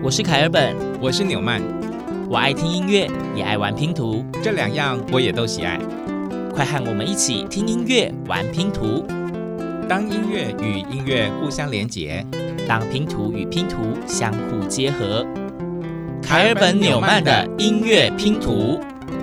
我是凯尔本， 我是纽曼， 我爱听音乐，也爱玩拼图， 这两样我也都喜爱。 快和我们一起听音乐，玩拼图。 当音乐与音乐互相连结， 当拼图与拼图相互结合。凯尔本纽曼的音乐拼图。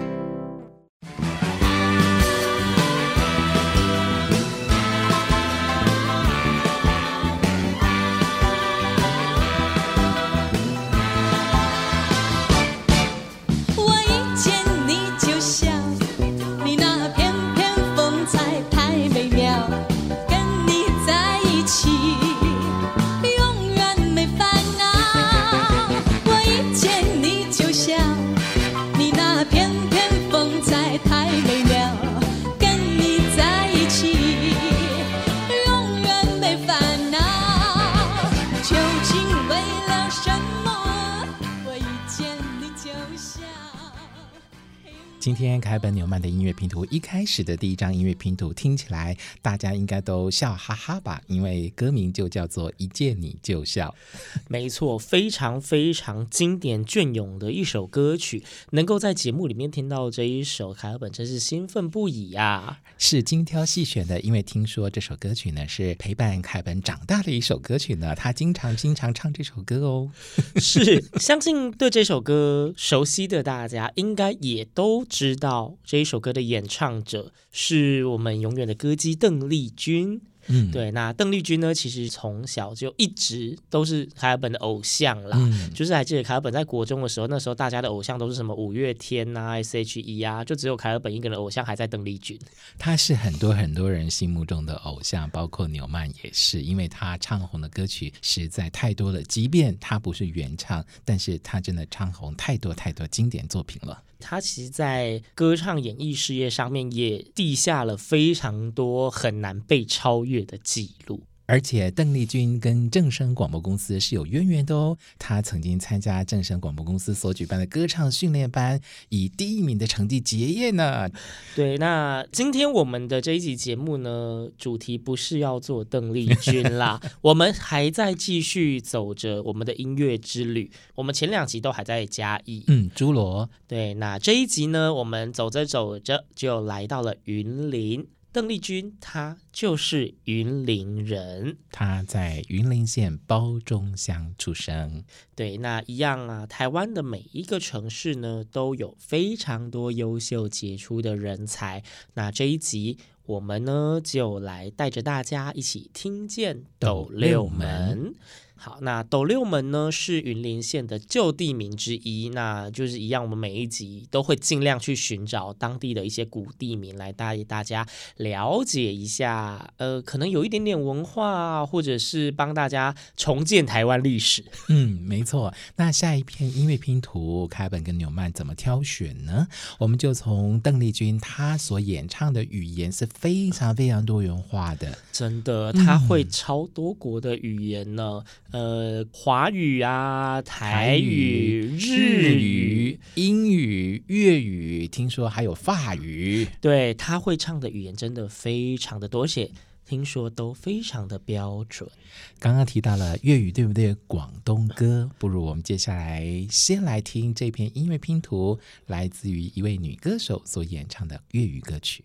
今天凯尔本纽曼的音乐拼图一开始的第一张音乐拼图听起来大家应该都笑哈哈吧，因为歌名就叫做一见你就笑。 没错，非常非常经典隽永的一首歌曲，能够在节目里面听到这一首，凯尔本真是兴奋不已啊。 是精挑细选的，因为听说这首歌曲呢是陪伴凯尔本长大的一首歌曲呢，他经常唱这首歌哦。 是，相信对这首歌熟悉的大家应该也都知道这一首歌的演唱者是我们永远的歌姬邓丽君。对，那邓丽君呢，其实从小就一直都是凯尔本的偶像啦。就是还记得凯尔本在国中的时候，那时候大家的偶像都是什么五月天啊、S.H.E 啊，就只有凯尔本一个人的偶像还在邓丽君。 他是很多人心目中的偶像，包括纽曼也是，因为他唱红的歌曲实在太多了，即便他不是原唱，但是他真的唱红太多经典作品了。 他其实在歌唱演艺事业上面也立下了非常多很难被超越的记录。 而且邓丽君跟正声广播公司是有渊源的哦，她曾经参加正声广播公司所举办的歌唱训练班，以第1名的成绩结业呢。 对，那今天我们的这一集节目呢，主题不是要做邓丽君啦，我们还在继续走着我们的音乐之旅。我们前2集都还在嘉义， 诸罗。 对，那这一集呢，我们走着走着就来到了云林。邓丽君她就是云林人， 她在云林县褒忠乡出生。 对，那一样啊，台湾的每一个城市呢，都有非常多优秀杰出的人才。那这一集我们呢，就来带着大家一起听见斗六门。好，那斗六门呢是云林县的旧地名之一，那就是一样，我们每一集都会尽量去寻找当地的一些古地名来带大家了解一下，可能有一点点文化，或者是帮大家重建台湾历史。 没错。那下一篇音乐拼图，凯尔本跟纽曼怎么挑选呢？我们就从邓丽君她所演唱的语言是非常非常多元化的， 真的，她会超多国的语言呢。华语啊、台语、日语、 英语、粤语，听说还有法语。 对，他会唱的语言真的非常的多，而且听说都非常的标准。 刚刚提到了粤语，对不对？广东歌，不如我们接下来先来听这篇音乐拼图，来自于一位女歌手所演唱的粤语歌曲。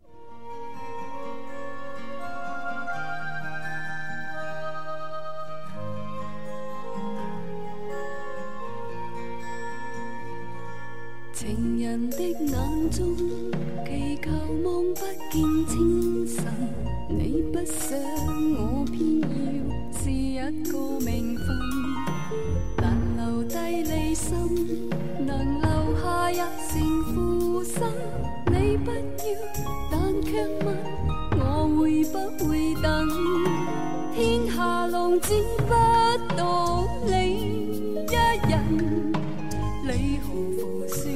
情人的眼中祈求望不見清晨，你不想我偏要是一個名分，但留低離心能留下一成負心，你不要但卻問我會不會等，天下浪只不到你一人，你何負說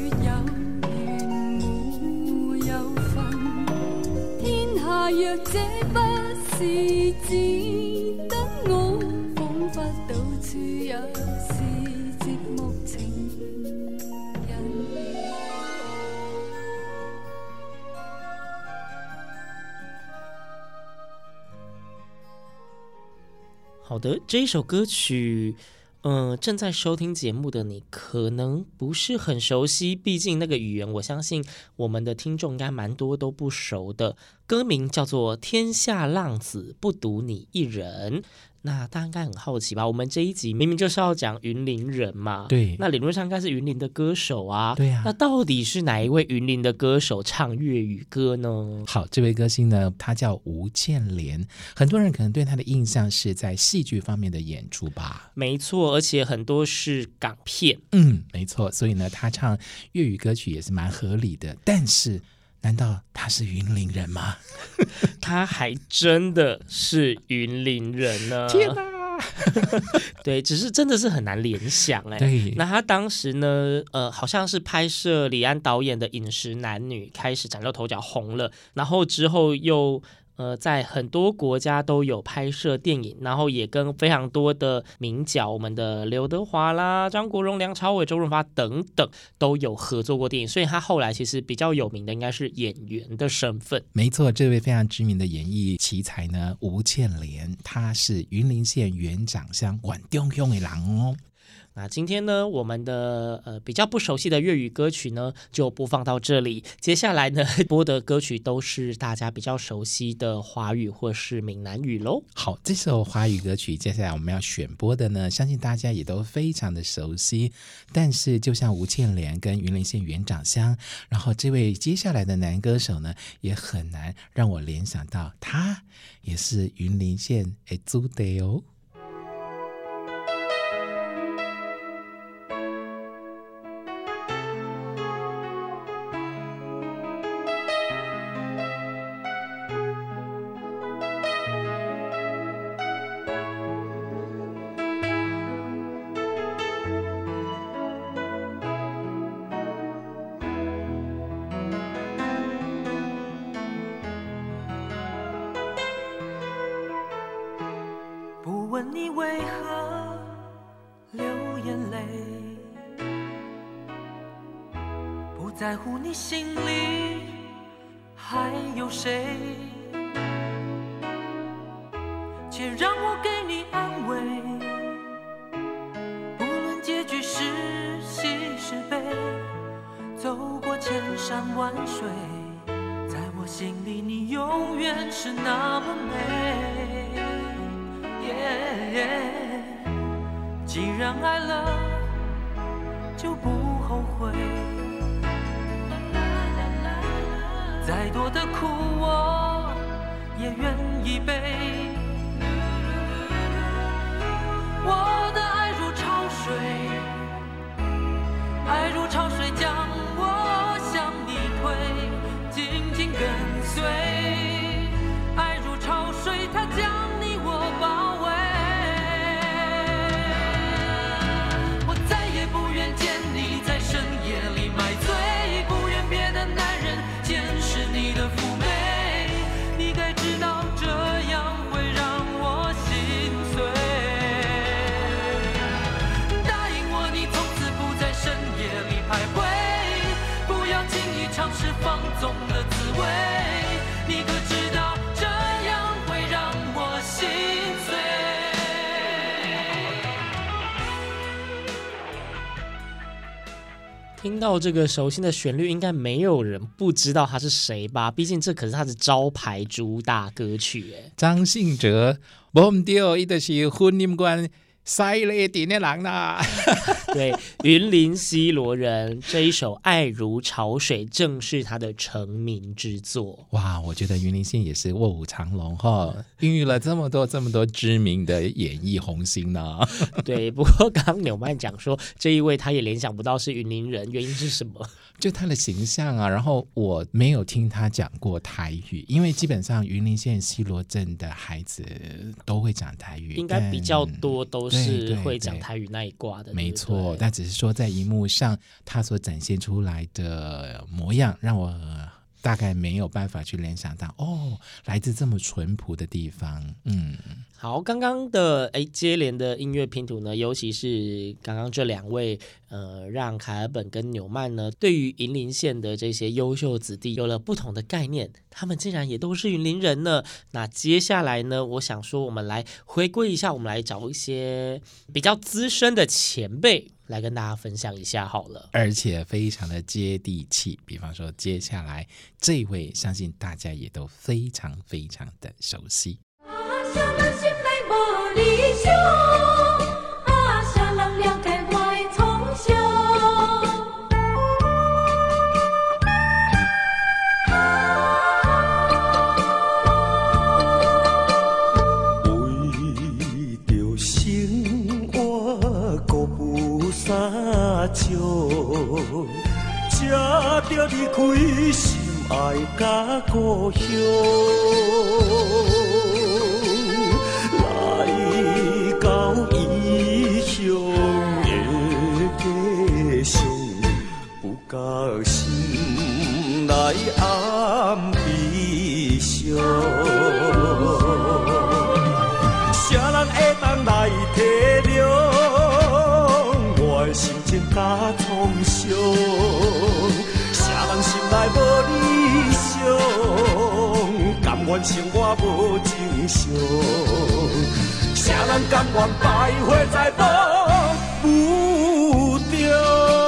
若這不是只得我，彷彿到處也是寂寞情人。 好的，这一首歌曲正在收听节目的你可能不是很熟悉，毕竟那个语言我相信我们的听众应该蛮多都不熟的。歌名叫做《天下浪子不独你一人》。那大家应该很好奇吧，我们这一集明明就是要讲云林人嘛， 对， 那理论上应该是云林的歌手啊， 对啊， 那到底是哪一位云林的歌手唱粤语歌呢？ 好，这位歌星呢，他叫吴建莲，很多人可能对他的印象是在戏剧方面的演出吧。 没错，而且很多是港片。 没错，所以呢，他唱粤语歌曲也是蛮合理的。但是，难道他是云林人吗？ 他还真的是云林人呢！ 天哪！ 对，只是真的是很难联想哎。 对， 那他当时呢，好像是拍摄李安导演的《饮食男女》开始崭露头角红了，然后之后又在很多国家都有拍摄电影，然后也跟非常多的名角，我们的刘德华啦、张国荣、梁朝伟、周润发等等都有合作过电影，所以他后来其实比较有名的应该是演员的身份。 没错，这位非常知名的演艺奇才呢，吴建莲，他是云林县元长乡晚中乡的人哦。 那今天呢，我们的比较不熟悉的粤语歌曲呢，就播放到这里。接下来呢，播的歌曲都是大家比较熟悉的华语或是闽南语喽。 好，这首华语歌曲，接下来我们要选播的呢，相信大家也都非常的熟悉。但是，就像吴建莲跟云林县元长乡，然后这位接下来的男歌手呢，也很难让我联想到他也是云林县的祖地哦。 问你为何流眼泪，不在乎你心里还有谁，且让我给你安慰，不论结局是喜是悲，走过千山万水，在我心里你永远是那么美。既然爱了，就不后悔。再多的苦我也愿意背。我的爱如潮水，爱如潮水将我向你推，紧紧跟随。爱如潮水，它将你我包围。我再也不愿见你在深夜里买醉，不愿别的男人见识你的妩媚。你该知道这样会让我心碎。答应我，你从此不在深夜里徘徊，不要轻易尝试放纵的滋味。你可知道这样会让我心碎。 听到这个熟悉的旋律，应该没有人不知道他是谁吧？毕竟这可是他的招牌主打歌曲耶。 张信哲，无唔对，伊就是婚姻观西雷点的人啦。 对，云林西螺人这一首《爱如潮水》正是他的成名之作。 哇，我觉得云林县也是卧虎藏龙哈，孕育了这么多知名的演艺红星呢。 对，不过刚刚纽曼讲说这一位他也联想不到是云林人，原因是什么？ 就他的形象啊，然后我没有听他讲过台语，因为基本上云林县西螺镇的孩子都会讲台语， 应该比较多都是会讲台语那一挂的。 没错，但只是说在荧幕上他所展现出来的模样，让我大概没有办法去联想到来自这么淳朴的地方。好， 刚刚的接连的音乐拼图呢，尤其是刚刚这两位让凯尔本跟纽曼呢，对于云林县的这些优秀子弟有了不同的概念，他们竟然也都是云林人呢。那接下来呢，我想说我们来回归一下，我们来找一些比较资深的前辈来跟大家分享一下好了， 而且非常的接地气。比方说接下来这位，相信大家也都非常非常的熟悉。 才着离开心爱甲故乡，来到异乡的家乡，有甲心内暗悲伤。啥人会当来体谅我的心情甲创伤？啥人心内无理想，甘愿生活无正常？啥人甘愿败花在无中？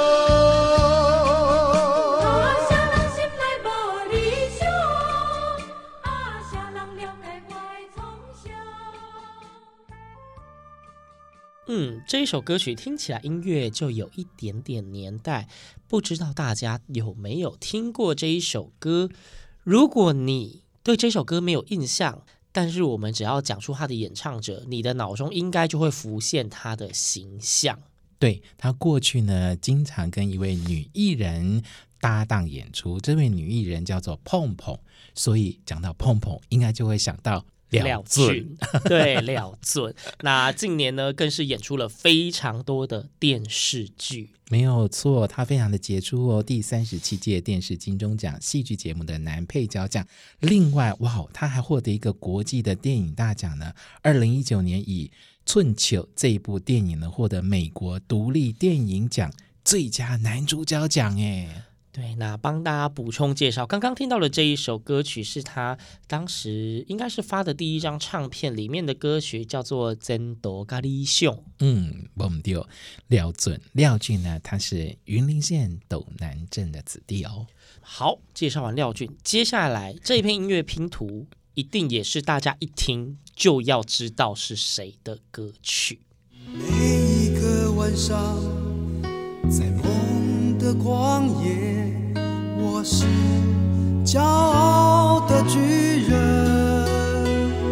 这一首歌曲听起来音乐就有一点点年代，不知道大家有没有听过这一首歌？如果你对这首歌没有印象，但是我们只要讲出他的演唱者，你的脑中应该就会浮现他的形象。 对，他过去呢，经常跟一位女艺人搭档演出，这位女艺人叫做碰碰，所以讲到碰碰，应该就会想到廖俊， 对，廖俊。那近年呢，更是演出了非常多的电视剧， 没有错，他非常的杰出哦。第37届电视金钟奖戏剧节目的男配角奖，另外，哇，他还获得一个国际的电影大奖呢。2019年以《寸球》这一部电影呢，获得美国独立电影奖最佳男主角奖耶。 对，那帮大家补充介绍，刚刚听到的这一首歌曲是他当时应该是发的第一张唱片里面的歌曲，叫做《真多咖喱熊》。 不对，廖俊呢，他是云林县斗南镇的子弟哦。 好，介绍完廖俊，接下来这一篇音乐拼图一定也是大家一听就要知道是谁的歌曲。 每一个晚上，在梦的旷野，我是骄傲的巨人。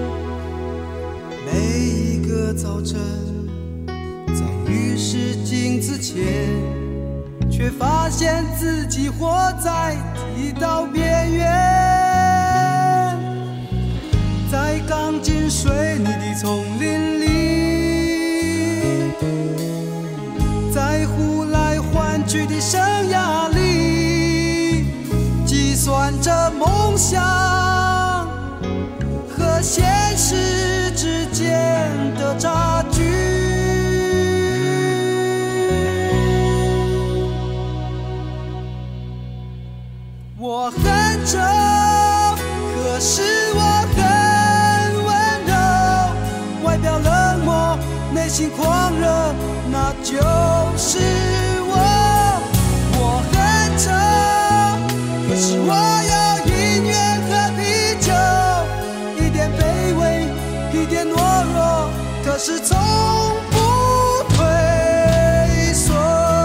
每一个早晨，在浴室镜子前，却发现自己活在剃刀边缘。在钢筋水泥的丛林里，在呼来唤去的生涯里，计算着梦想和现实之间的差距。我恨着，可是我很温柔，外表冷漠，内心狂热，那就是我。我恨着，可是我有音乐和啤酒，一点卑微，一点懦弱，可是从不退缩。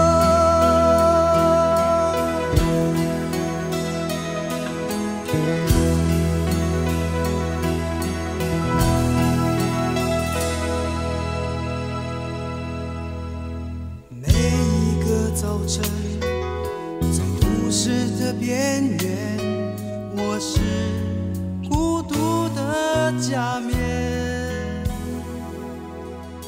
每一个早晨，在都市的边缘，我是孤独的假面。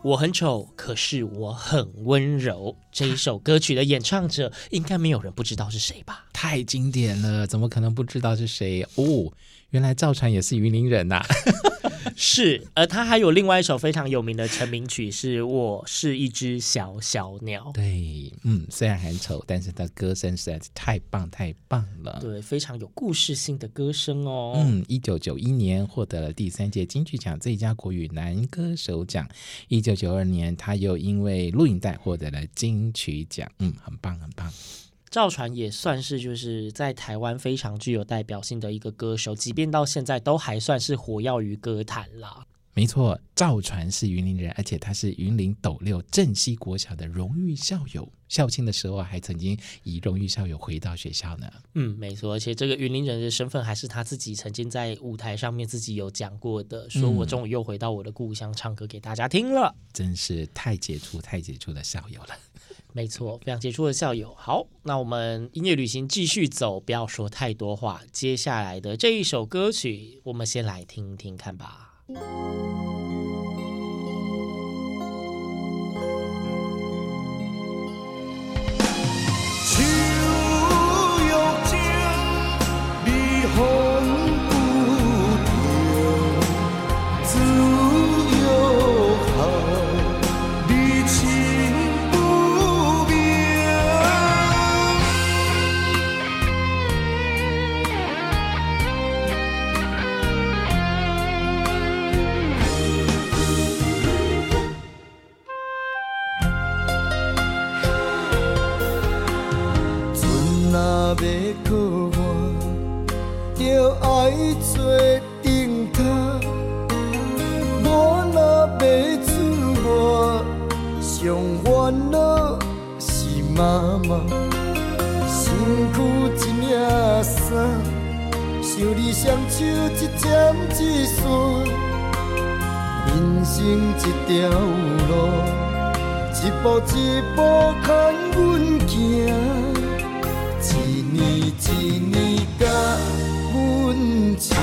我很丑，可是我很温柔。这一首歌曲的演唱者，应该没有人不知道是谁吧？ 太经典了，怎么可能不知道是谁哦？原来赵传也是云林人呐、 是，而他还有另外一首非常有名的成名曲，是《我是一只小小鸟》。 对，虽然很丑，但是他歌声实在是太棒太棒了。 对，非常有故事性的歌声哦。 1991年获得了第3届金曲奖最佳国语男歌手奖。1992年，他又因为录影带获得了金曲奖。很棒很棒。 赵传也算是就是在台湾非常具有代表性的一个歌手，即便到现在都还算是活跃于歌坛啦。 没错，赵传是云林人，而且他是云林斗六正西国小的荣誉校友，校庆的时候还曾经以荣誉校友回到学校呢。 没错，而且这个云林人的身份还是他自己曾经在舞台上面自己有讲过的，说我终于又回到我的故乡唱歌给大家听了。 真是太杰出太杰出的校友了。 没错，非常杰出的校友。好，那我们音乐旅行继续走，不要说太多话。接下来的这一首歌曲，我们先来听听看吧。 手摇情，你风不停，自由好，你情不明。若要靠我，就爱做顶头。我若要出外，上烦恼是妈妈。身躯一领衫，想你双手一针一线。人生一条路，一步一步牵阮行。一年一年甲阮情，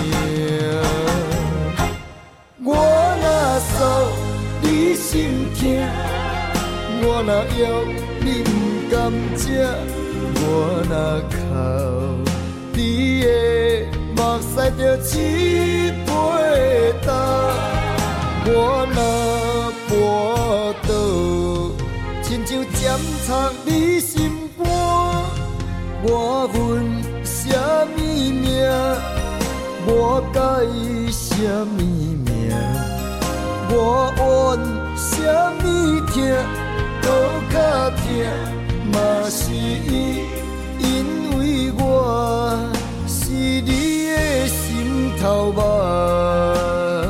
我若诉你心痛，我若要你不甘食，我若哭你的目屎就起飞干，我若跋倒，亲像针插你心肝。我问什么名？我改什么名？我怨什么痛？搁较痛，嘛是因为我是你的心头肉。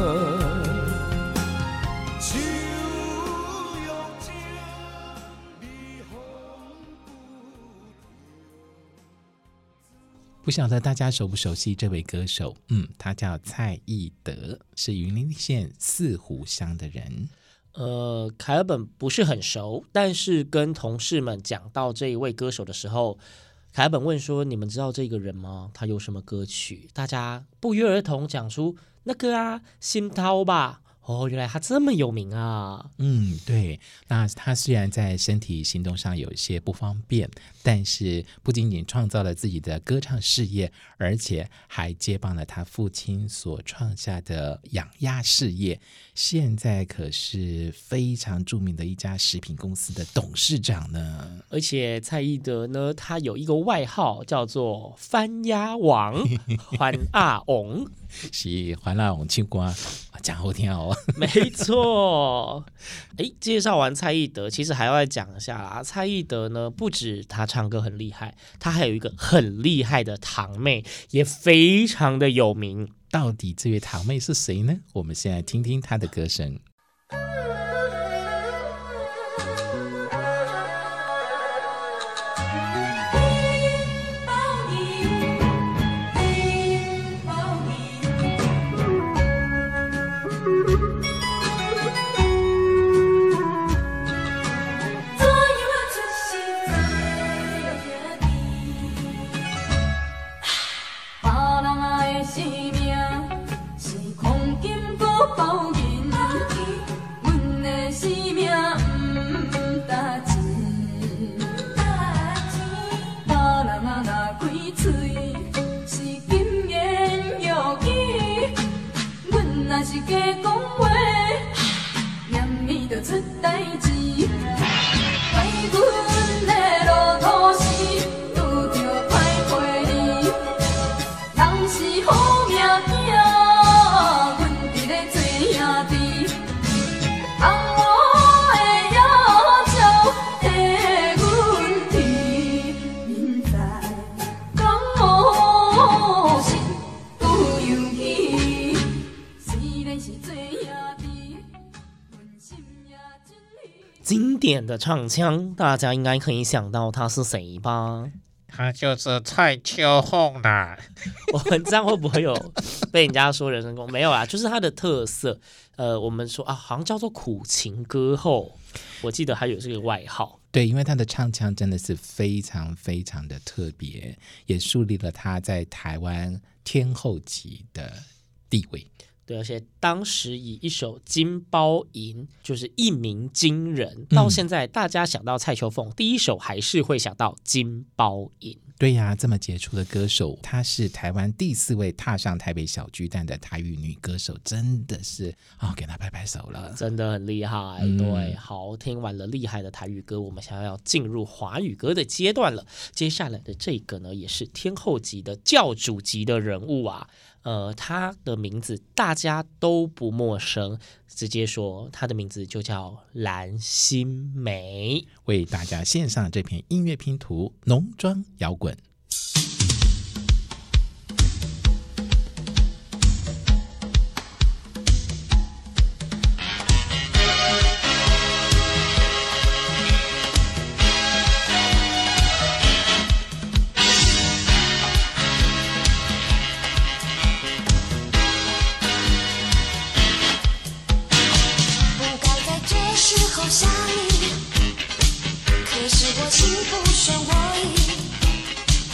不晓得大家熟不熟悉这位歌手？他叫蔡义德，是云林县四湖乡的人。 凯尔本不是很熟，但是跟同事们讲到这一位歌手的时候，凯尔本问说：“你们知道这个人吗？他有什么歌曲？”大家不约而同讲出那个啊，心涛吧。哦，原来他这么有名啊！ 对，那他虽然在身体行动上有一些不方便，但是不仅仅创造了自己的歌唱事业，而且还接棒了他父亲所创下的养鸭事业，现在可是非常著名的一家食品公司的董事长呢。 而且蔡义德呢，他有一个外号叫做翻鸭王翻鸭王， 是翻鸭王唱歌讲好听哦。 没错。介绍完蔡义德，其实还要再讲一下啦。蔡义德呢，不止他唱歌很厉害，他还有一个很厉害的堂妹，也非常的有名。 到底这位堂妹是谁呢？我们先来听听她的歌声。 生命是黄金搁包银。 嘴是金言玉语，阮若是假讲话，念咪就出代志。怪阮的路途时，拄着歹陪你，人是好命囝，阮伫咧做兄弟，放我的要求替阮提，明在讲无心不由己，虽然是做兄弟，阮心也真喜。 经典的唱腔，大家应该可以想到他是谁吧？ 他就是蔡秋凤啦。 我们这样会不会有被人家说人身攻？没有啦，就是他的特色。我们说啊，好像叫做苦情歌后，我记得还有这个外号。 对，因为他的唱腔真的是非常非常的特别，也树立了他在台湾天后级的地位。 对，而且当时以一首《金包银》就是一鸣惊人，到现在大家想到蔡秋凤，第一首还是会想到《金包银》。 对呀，这么杰出的歌手，她是台湾第4位踏上台北小巨蛋的台语女歌手，真的是给她拍拍手了， 真的很厉害。对，好，听完了厉害的台语歌，我们想要进入华语歌的阶段了。接下来的这个呢，也是天后级的教主级的人物啊。他的名字大家都不陌生，直接说他的名字就叫蓝心湄。 为大家献上这篇音乐拼图《浓妆摇滚》。 想你，可是我心不顺我意，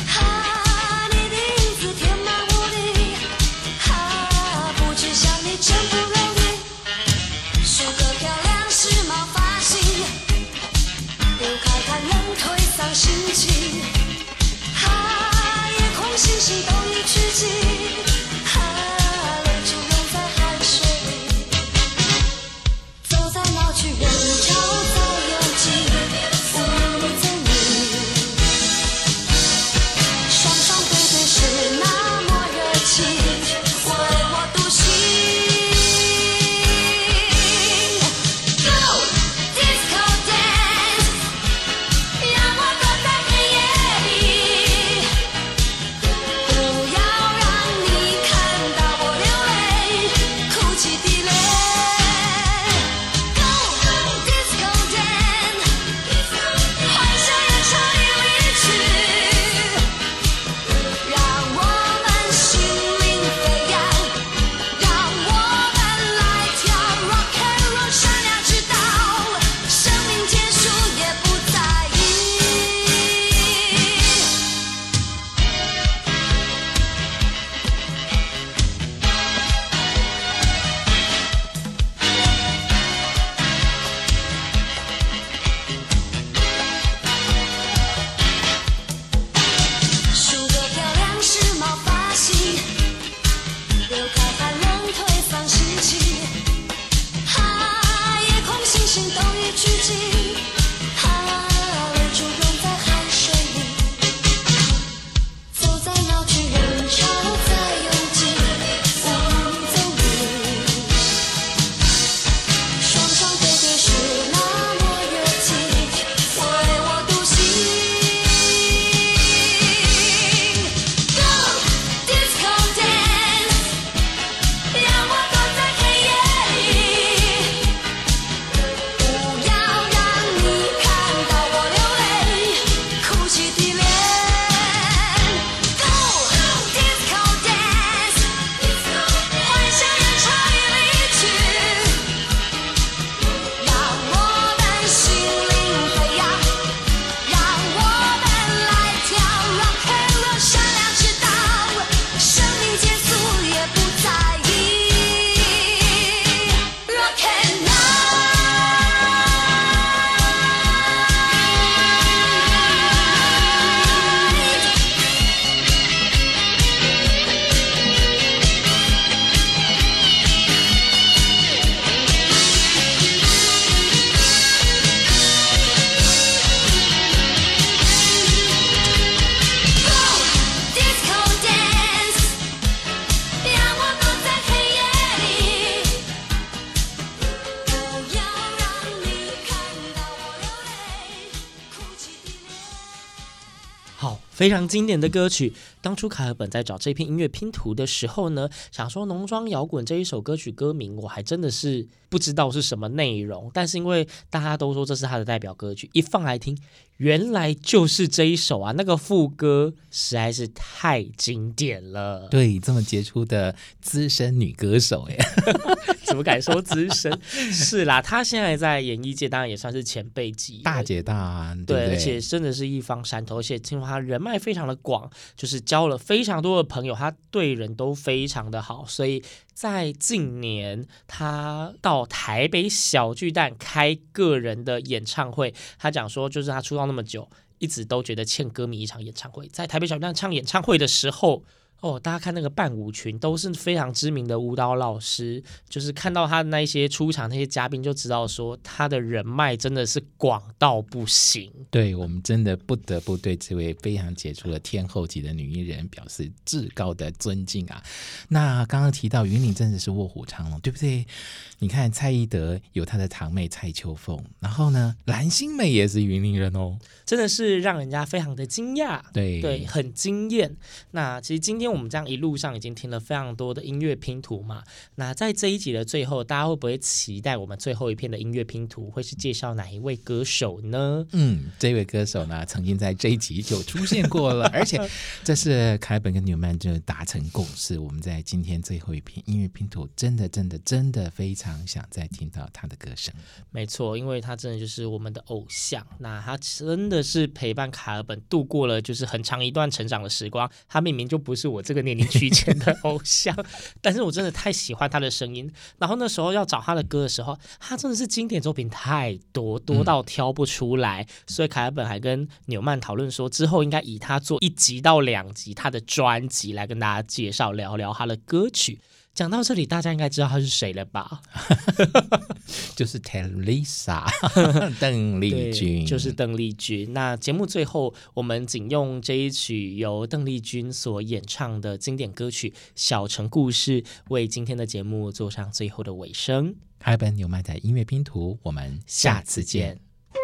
非常经典的歌曲。当初卡尔本在找这篇音乐拼图的时候呢，想说农庄摇滚这一首歌曲歌名我还真的是不知道是什么内容，但是因为大家都说这是他的代表歌曲，一放来听原来就是这一首啊，那个副歌实在是太经典了。 对，这么杰出的资深女歌手耶怎么敢说资深是啦，她现在在演艺界当然也算是前辈级大姐大啊，对不对， 对？ 而且真的是一方山头，而且听说她人脉非常的广，就是交了非常多的朋友，她对人都非常的好，所以在近年她到台北小巨蛋开个人的演唱会，她讲说就是她出道那么久一直都觉得欠歌迷一场演唱会，在台北小巨蛋唱演唱会的时候大家看那个伴舞群都是非常知名的舞蹈老师，就是看到他那一些出场那些嘉宾就知道说他的人脉真的是广到不行。 对，我们真的不得不对这位非常杰出的天后级的女艺人表示至高的尊敬啊。那刚刚提到云林真的是卧虎藏龙，对不对？你看蔡依德有她的堂妹蔡秋凤，然后呢蓝心湄也是云林人哦， 真的是让人家非常的惊讶， 对， 很惊艳。那其实今天我们这样一路上已经听了非常多的音乐拼图嘛，那在这一集的最后，大家会不会期待我们最后一篇的音乐拼图会是介绍哪一位歌手呢？ 这位歌手呢曾经在这一集就出现过了而且这是凯本跟纽曼就达成共识，我们在今天最后一篇音乐拼图真的非常想再听到他的歌声。 没错，因为他真的就是我们的偶像，那他真的是陪伴卡尔本度过了就是很长一段成长的时光，他明明就不是我这个年龄区间的偶像但是我真的太喜欢他的声音，然后那时候要找他的歌的时候，他真的是经典作品太多到挑不出来，所以凯尔本还跟纽曼讨论说之后应该以他做1集到2集他的专辑来跟大家介绍聊聊他的歌曲。讲到这里大家应该知道他是谁了吧就是 Teresa 邓丽君， 就是邓丽君。那节目最后我们仅用这一曲由邓丽君所演唱的经典歌曲《小城故事》为今天的节目做上最后的尾声。 凯本纽曼的音乐拼图，我们下次见。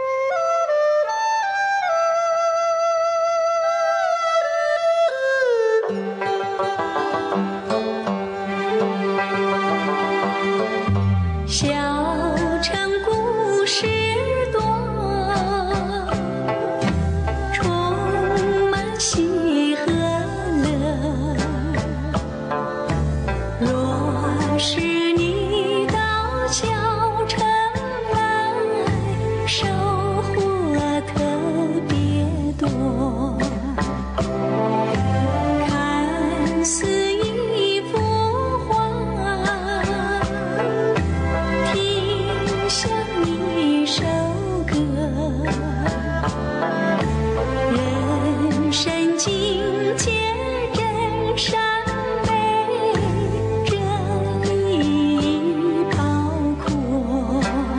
小城故事多，充满喜和乐。若是你到小城来，收获特别多。看似一幅画，像一首歌，人生境界真善美，这意义高阔。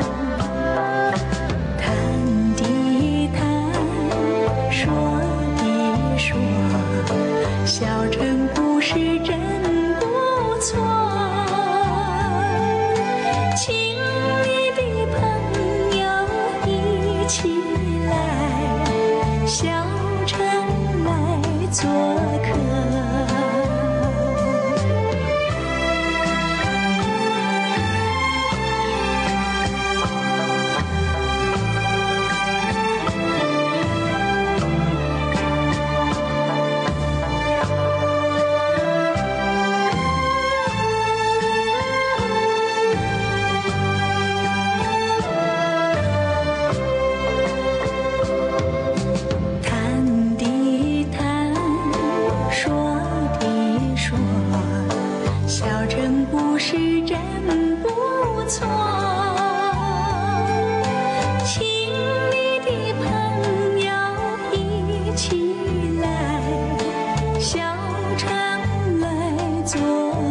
谈的谈，说的说，小城故事真不错。请你的朋友一起来小城来做客。谈的谈，说的说，小城故事真不错。请你的朋友一起来小城来做